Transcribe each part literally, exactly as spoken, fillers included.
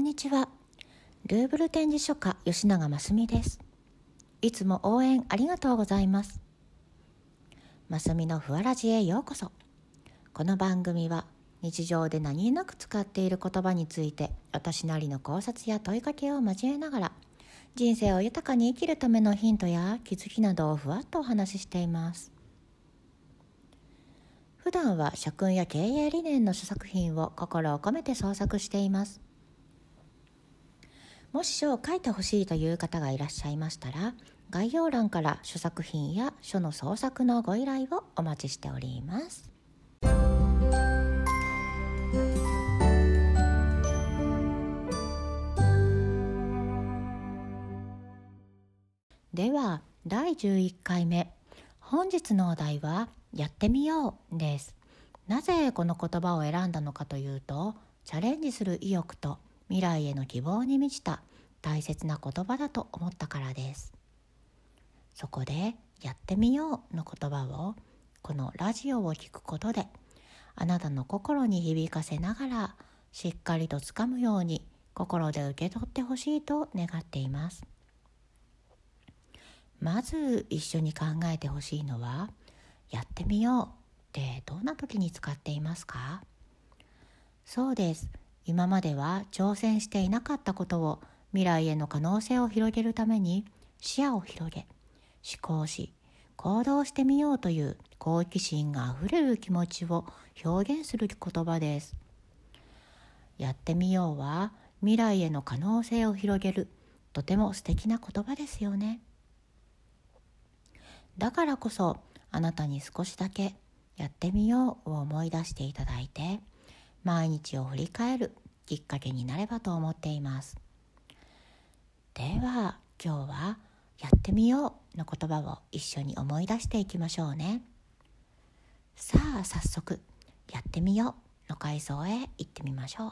にちは。ルーブル展示書家吉永真澄です。いつも応援ありがとうございます。真澄のふわらじへようこそ。この番組は日常で何気なく使っている言葉について私なりの考察や問いかけを交えながら人生を豊かに生きるためのヒントや気づきなどをふわっとお話ししています。普段は社訓や経営理念の書作品を心を込めて創作しています。もし書を書いてほしいという方がいらっしゃいましたら、概要欄から書作品や書の創作のご依頼をお待ちしております。ではだいじゅういっかいめ、本日のお題はやってみようです。なぜこの言葉を選んだのかというと、チャレンジする意欲と未来への希望に満ちた大切な言葉だと思ったからです。そこでやってみようの言葉をこのラジオを聞くことであなたの心に響かせながらしっかりとつかむように心で受け取ってほしいと願っています。まず一緒に考えてほしいのは、やってみようってどんな時に使っていますか？そうです。今までは挑戦していなかったことを未来への可能性を広げるために視野を広げ、思考し、行動してみようという好奇心があふれる気持ちを表現する言葉です。やってみようは未来への可能性を広げるとても素敵な言葉ですよね。だからこそあなたに少しだけやってみようを思い出していただいて、毎日を振り返るきっかけになればと思っています。では今日はやってみようの言葉を一緒に思い出していきましょうね。さあ早速やってみようの階層へ行ってみましょう。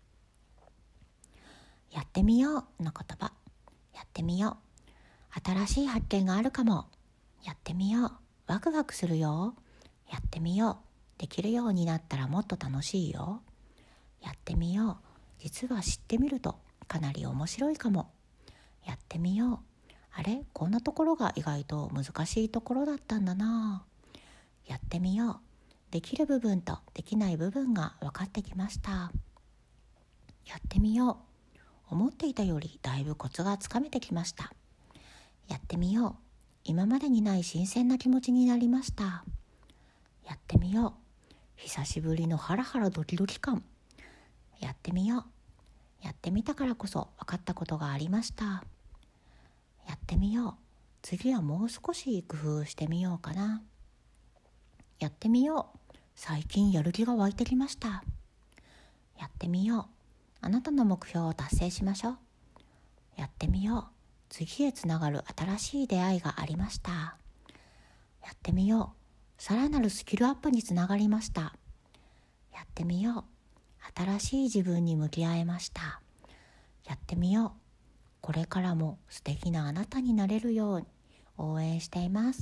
やってみようの言葉、やってみよう、新しい発見があるかも、やってみよう、ワクワクするよ、やってみよう、できるようになったらもっと楽しいよ、やってみよう、実は知ってみるとかなり面白いかも、やってみよう、あれこんなところが意外と難しいところだったんだな、やってみよう、できる部分とできない部分が分かってきました。やってみよう、思っていたよりだいぶコツがつかめてきました。やってみよう、今までにない新鮮な気持ちになりました。やってみよう、久しぶりのハラハラドキドキ感。やってみよう、やってみたからこそ分かったことがありました。やってみよう、次はもう少し工夫してみようかな。やってみよう、最近やる気が湧いてきました。やってみよう、あなたの目標を達成しましょう。やってみよう、次へつながる新しい出会いがありました。やってみよう、さらなるスキルアップにつながりました。やってみよう、新しい自分に向き合えました。やってみよう、これからも素敵なあなたになれるように応援しています。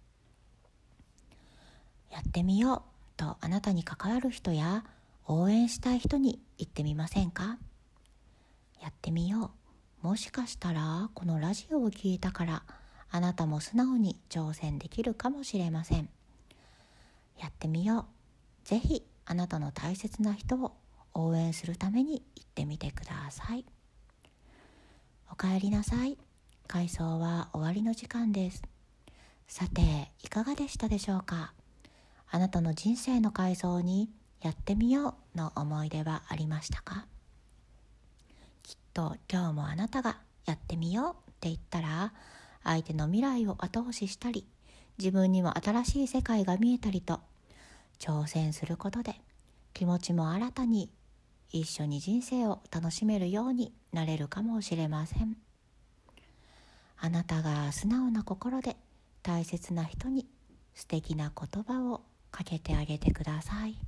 やってみようとあなたに関わる人や応援したい人に言ってみませんか？やってみよう、もしかしたらこのラジオを聞いたからあなたも素直に挑戦できるかもしれません。やってみよう、ぜひあなたの大切な人を応援するために言ってみてください。おかえりなさい。回想は終わりの時間です。さていかがでしたでしょうか？あなたの人生の回想にやってみようの思い出はありましたか？きっと今日もあなたがやってみようって言ったら、相手の未来を後押ししたり、自分にも新しい世界が見えたりと、挑戦することで気持ちも新たに一緒に人生を楽しめるようになれるかもしれません。あなたが素直な心で大切な人に素敵な言葉をかけてあげてください。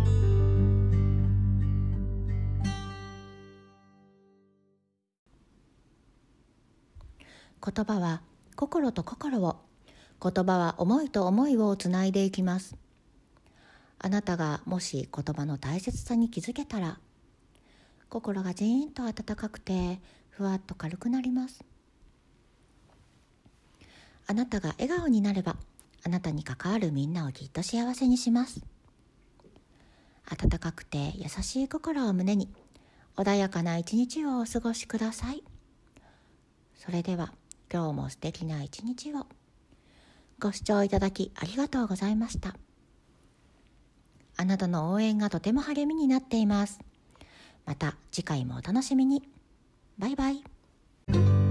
言葉は心と心を、言葉は思いと思いをつないでいきます。あなたがもし言葉の大切さに気づけたら、 心がジーンと温かくてふわっと軽くなります。あなたが笑顔になれば、あなたに関わるみんなをきっと幸せにします。温かくて優しい心を胸に、穏やかな一日をお過ごしください。それでは今日も素敵な一日を。ご視聴いただきありがとうございました。あなたの応援がとても励みになっています。また次回もお楽しみに。バイバイ。